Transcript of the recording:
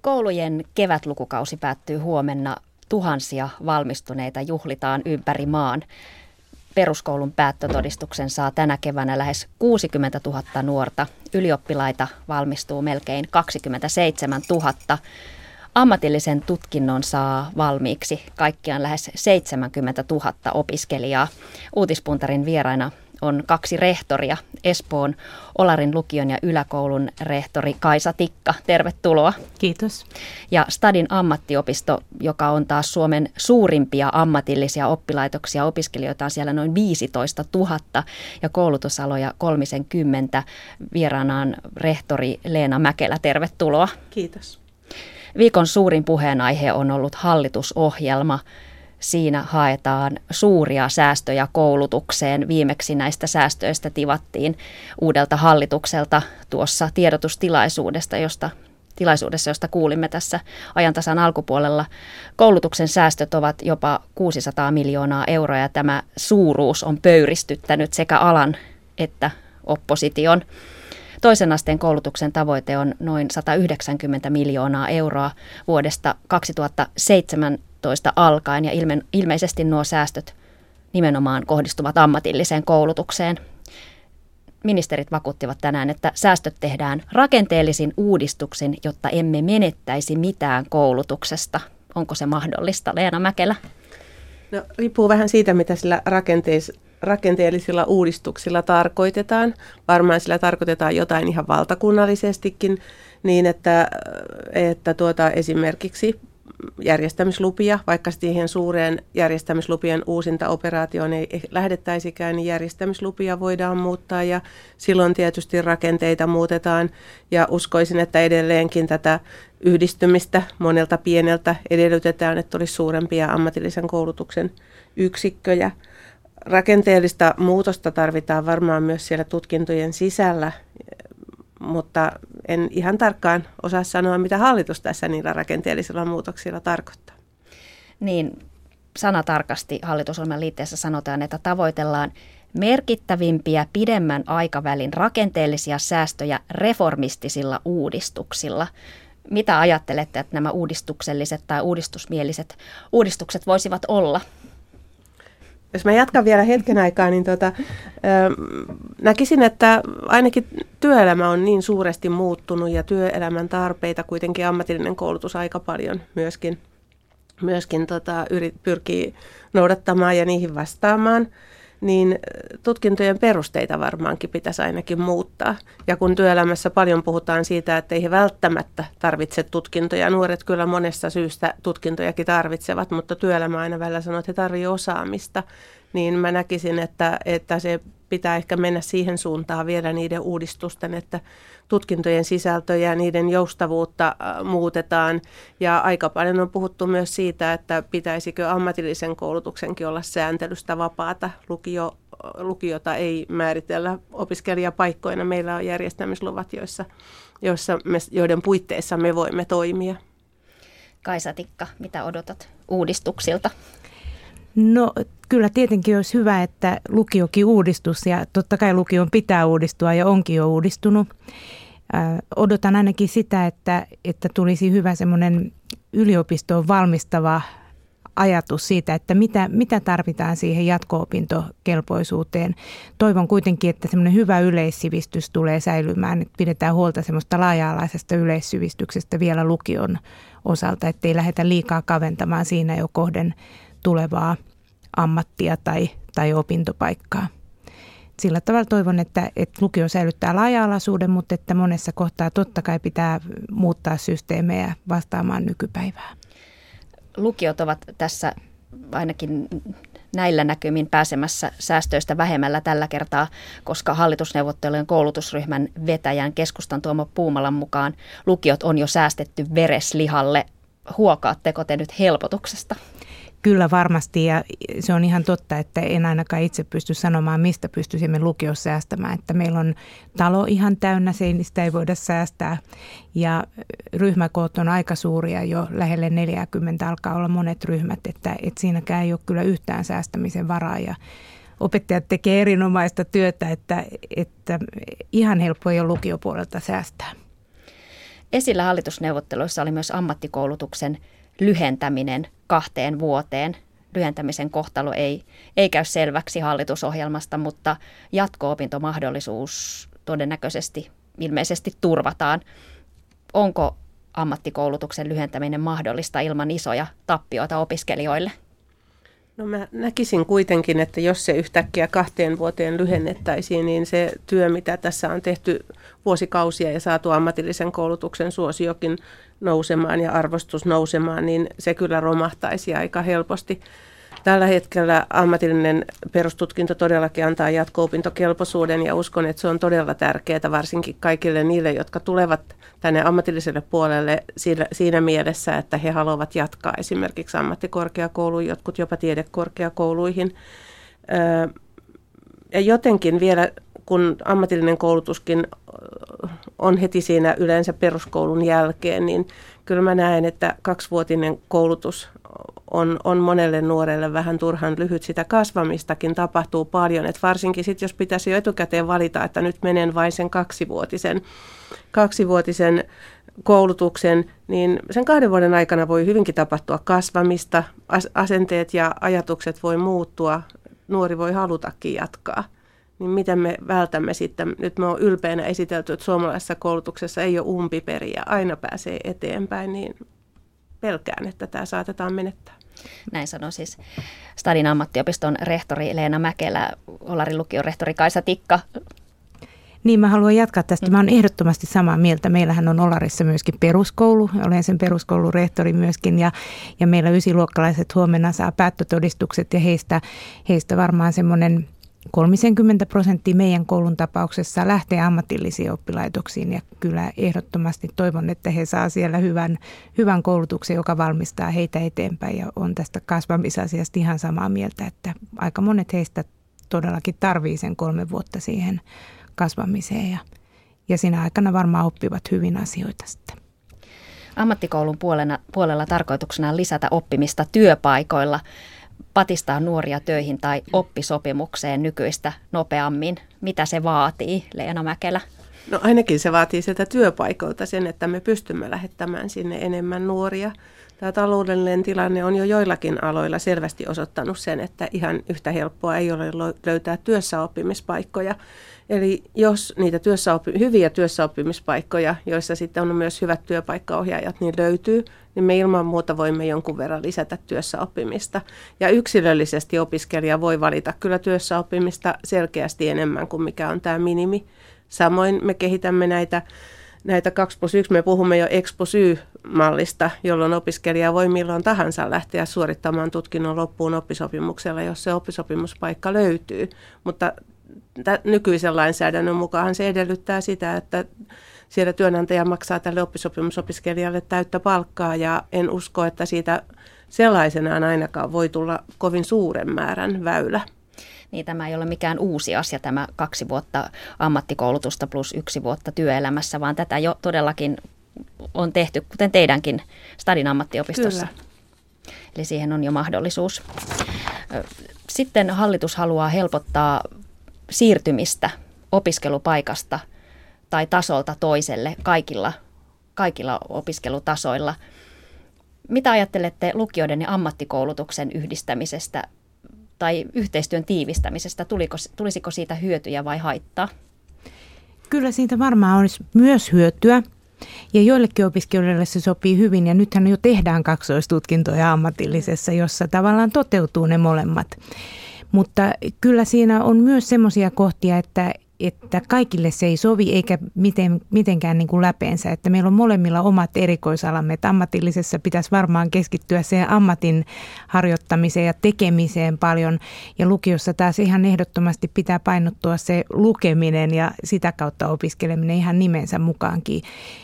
Koulujen kevätlukukausi päättyy huomenna. Tuhansia valmistuneita juhlitaan ympäri maan. Peruskoulun päättötodistuksen saa tänä keväänä lähes 60 000 nuorta. Ylioppilaita valmistuu melkein 27 000. Ammatillisen tutkinnon saa valmiiksi kaikkiaan lähes 70 000 opiskelijaa. Uutispuntarin vieraina on 2 rehtoria, Espoon Olarin lukion ja yläkoulun rehtori Kaisa Tikka. Tervetuloa. Kiitos. Ja Stadin ammattiopisto, joka on taas Suomen suurimpia ammatillisia oppilaitoksia. Opiskelijoita on siellä noin 15 000 ja koulutusaloja 30. Vieraanaan rehtori Leena Mäkelä. Tervetuloa. Kiitos. Viikon suurin puheenaihe on ollut hallitusohjelma. Siinä haetaan suuria säästöjä koulutukseen. Viimeksi näistä säästöistä tivattiin uudelta hallitukselta tuossa tiedotustilaisuudessa, josta kuulimme tässä ajantasan alkupuolella. Koulutuksen säästöt ovat jopa 600 miljoonaa euroa ja tämä suuruus on pöyristyttänyt sekä alan että opposition. Toisen asteen koulutuksen tavoite on noin 190 miljoonaa euroa vuodesta 2017 alkaen ja ilmeisesti nuo säästöt nimenomaan kohdistuvat ammatilliseen koulutukseen. Ministerit vakuuttivat tänään, että säästöt tehdään rakenteellisin uudistuksin, jotta emme menettäisi mitään koulutuksesta. Onko se mahdollista, Leena Mäkelä? No, riippuu vähän siitä, mitä sillä rakenteellisilla uudistuksilla tarkoitetaan. Varmaan sillä tarkoitetaan jotain ihan valtakunnallisestikin niin, että esimerkiksi järjestämislupia, vaikka siihen suureen järjestämislupien uusintaoperaatioon ei lähdettäisikään, niin järjestämislupia voidaan muuttaa ja silloin tietysti rakenteita muutetaan ja uskoisin, että edelleenkin tätä yhdistymistä monelta pieneltä edellytetään, että olisi suurempia ammatillisen koulutuksen yksikköjä. Rakenteellista muutosta tarvitaan varmaan myös siellä tutkintojen sisällä, mutta en ihan tarkkaan osaa sanoa, mitä hallitus tässä niillä rakenteellisilla muutoksilla tarkoittaa. Niin, sanatarkasti hallitusohjelman liitteessä sanotaan, että tavoitellaan merkittävimpiä pidemmän aikavälin rakenteellisia säästöjä reformistisilla uudistuksilla. Mitä ajattelette, että nämä uudistukselliset tai uudistusmieliset uudistukset voisivat olla? Jos mä jatkan vielä hetken aikaa, niin näkisin, että ainakin työelämä on niin suuresti muuttunut ja työelämän tarpeita kuitenkin ammatillinen koulutus aika paljon myöskin pyrkii noudattamaan ja niihin vastaamaan, niin tutkintojen perusteita varmaankin pitäisi ainakin muuttaa. Ja kun työelämässä paljon puhutaan siitä, että ei he välttämättä tarvitse tutkintoja, nuoret kyllä monesta syystä tutkintojakin tarvitsevat, mutta työelämä aina välillä sanoo, että he tarvitsevat osaamista, niin mä näkisin, että se pitää ehkä mennä siihen suuntaan vielä niiden uudistusten, että tutkintojen sisältöjä ja niiden joustavuutta muutetaan. Ja aika paljon on puhuttu myös siitä, että pitäisikö ammatillisen koulutuksenkin olla sääntelystä vapaata. Lukiota ei määritellä opiskelijapaikkoina. Meillä on järjestämisluvat, joiden puitteissa me voimme toimia. Kaisa Tikka, mitä odotat uudistuksilta? No kyllä tietenkin olisi hyvä, että lukiokin uudistus ja totta kai lukion pitää uudistua ja onkin jo uudistunut. Odotan ainakin sitä, että tulisi hyvä semmoinen yliopistoon valmistava ajatus siitä, että mitä tarvitaan siihen jatko-opintokelpoisuuteen. Toivon kuitenkin, että semmoinen hyvä yleissivistys tulee säilymään, että pidetään huolta semmoista laaja-alaisesta yleissivistyksestä vielä lukion osalta, ettei lähdetä liikaa kaventamaan siinä jo kohden tulevaa ammattia tai opintopaikkaa. Sillä tavalla toivon, että lukio säilyttää laaja-alaisuuden, mutta että monessa kohtaa totta kai pitää muuttaa systeemejä vastaamaan nykypäivää. Lukiot ovat tässä ainakin näillä näkymin pääsemässä säästöistä vähemmällä tällä kertaa, koska hallitusneuvottelujen koulutusryhmän vetäjän keskustan Tuomo Puumalan mukaan lukiot on jo säästetty vereslihalle. Huokaatteko te nyt helpotuksesta? Kyllä varmasti ja se on ihan totta, että en ainakaan itse pysty sanomaan, mistä pystyisimme lukiossa säästämään. Että meillä on talo ihan täynnä, seinistä ei voida säästää ja ryhmäkoot on aika suuria, jo lähelle 40 alkaa olla monet ryhmät, että siinäkään ei ole kyllä yhtään säästämisen varaa ja opettajat tekee erinomaista työtä, että ihan helppo ei ole lukiopuolelta säästää. Esillä hallitusneuvotteluissa oli myös ammattikoulutuksen lyhentäminen 2 vuoteen. Lyhentämisen kohtalo ei käy selväksi hallitusohjelmasta, mutta jatko-opintomahdollisuus todennäköisesti ilmeisesti turvataan. Onko ammattikoulutuksen lyhentäminen mahdollista ilman isoja tappioita opiskelijoille? No mä näkisin kuitenkin, että jos se yhtäkkiä 2 vuoteen lyhennettäisiin, niin se työ, mitä tässä on tehty vuosikausia ja saatu ammatillisen koulutuksen suosiokin nousemaan ja arvostus nousemaan, niin se kyllä romahtaisi aika helposti. Tällä hetkellä ammatillinen perustutkinto todellakin antaa jatko-opintokelpoisuuden ja uskon, että se on todella tärkeää varsinkin kaikille niille, jotka tulevat tänne ammatilliselle puolelle siinä mielessä, että he haluavat jatkaa esimerkiksi ammattikorkeakouluun, jotkut jopa tiedekorkeakouluihin. Ja jotenkin vielä, kun ammatillinen koulutuskin on heti siinä yleensä peruskoulun jälkeen, niin kyllä mä näen, että 2-vuotinen koulutus on monelle nuorelle vähän turhan lyhyt. Sitä kasvamistakin tapahtuu paljon, että varsinkin sitten jos pitäisi jo etukäteen valita, että nyt menen vain sen 2-vuotisen koulutuksen, niin sen 2 vuoden aikana voi hyvinkin tapahtua kasvamista, asenteet ja ajatukset voi muuttua, nuori voi halutakin jatkaa. Niin miten me vältämme sitten, nyt me on ylpeänä esitelty, että suomalaisessa koulutuksessa ei ole umpiperiä, aina pääsee eteenpäin, niin pelkään, että tämä saatetaan menettää. Näin sanoi siis Stadin ammattiopiston rehtori Leena Mäkelä, Olarin lukion rehtori Kaisa Tikka. Niin, mä haluan jatkaa tästä. Mä oon ehdottomasti samaa mieltä. Meillähän on Olarissa myöskin peruskoulu. Olen sen peruskoulun rehtori myöskin ja meillä 9-luokkalaiset huomenna saa päättötodistukset ja heistä varmaan semmoinen 30% meidän koulun tapauksessa lähtee ammatillisiin oppilaitoksiin ja kyllä ehdottomasti toivon, että he saa siellä hyvän koulutuksen, joka valmistaa heitä eteenpäin ja on tästä kasvamisasiasta ihan samaa mieltä, että aika monet heistä todellakin tarvii sen 3 vuotta siihen kasvamiseen ja siinä aikana varmaan oppivat hyvin asioita sitten. Ammattikoulun puolella tarkoituksena on lisätä oppimista työpaikoilla, patistaa nuoria töihin tai oppisopimukseen nykyistä nopeammin. Mitä se vaatii, Leena Mäkelä? No ainakin se vaatii sieltä työpaikoilta sen, että me pystymme lähettämään sinne enemmän nuoria. Tämä taloudellinen tilanne on jo joillakin aloilla selvästi osoittanut sen, että ihan yhtä helppoa ei ole löytää työssäoppimispaikkoja. Eli jos niitä hyviä työssäoppimispaikkoja, joissa sitten on myös hyvät työpaikkaohjaajat, niin löytyy, niin me ilman muuta voimme jonkun verran lisätä työssäoppimista. Ja yksilöllisesti opiskelija voi valita kyllä työssäoppimista selkeästi enemmän kuin mikä on tämä minimi. Samoin me kehitämme näitä 2+1, me puhumme jo X+Y-mallista, jolloin opiskelija voi milloin tahansa lähteä suorittamaan tutkinnon loppuun oppisopimuksella, jos se oppisopimuspaikka löytyy. Mutta nykyisen lainsäädännön mukaan se edellyttää sitä, että siellä työnantaja maksaa tälle oppisopimusopiskelijalle täyttä palkkaa ja en usko, että siitä sellaisenaan ainakaan voi tulla kovin suuren määrän väylä. Niin, tämä ei ole mikään uusi asia, tämä 2 vuotta ammattikoulutusta plus 1 vuotta työelämässä, vaan tätä jo todellakin on tehty, kuten teidänkin Stadin ammattiopistossa. Kyllä. Eli siihen on jo mahdollisuus. Sitten hallitus haluaa helpottaa siirtymistä opiskelupaikasta tai tasolta toiselle kaikilla opiskelutasoilla. Mitä ajattelette lukioiden ja ammattikoulutuksen yhdistämisestä tai yhteistyön tiivistämisestä? Tulisiko siitä hyötyjä vai haittaa? Kyllä siitä varmaan olisi myös hyötyä. Ja joillekin opiskelijoille se sopii hyvin ja nythän jo tehdään kaksoistutkintoja ammatillisessa, jossa tavallaan toteutuu ne molemmat. Mutta kyllä siinä on myös semmoisia kohtia, että kaikille se ei sovi eikä mitenkään niin kuin läpeensä. Että meillä on molemmilla omat erikoisalamme. Että ammatillisessa pitäisi varmaan keskittyä siihen ammatin harjoittamiseen ja tekemiseen paljon. Ja lukiossa taas ihan ehdottomasti pitää painottua se lukeminen ja sitä kautta opiskeleminen ihan nimensä mukaankin.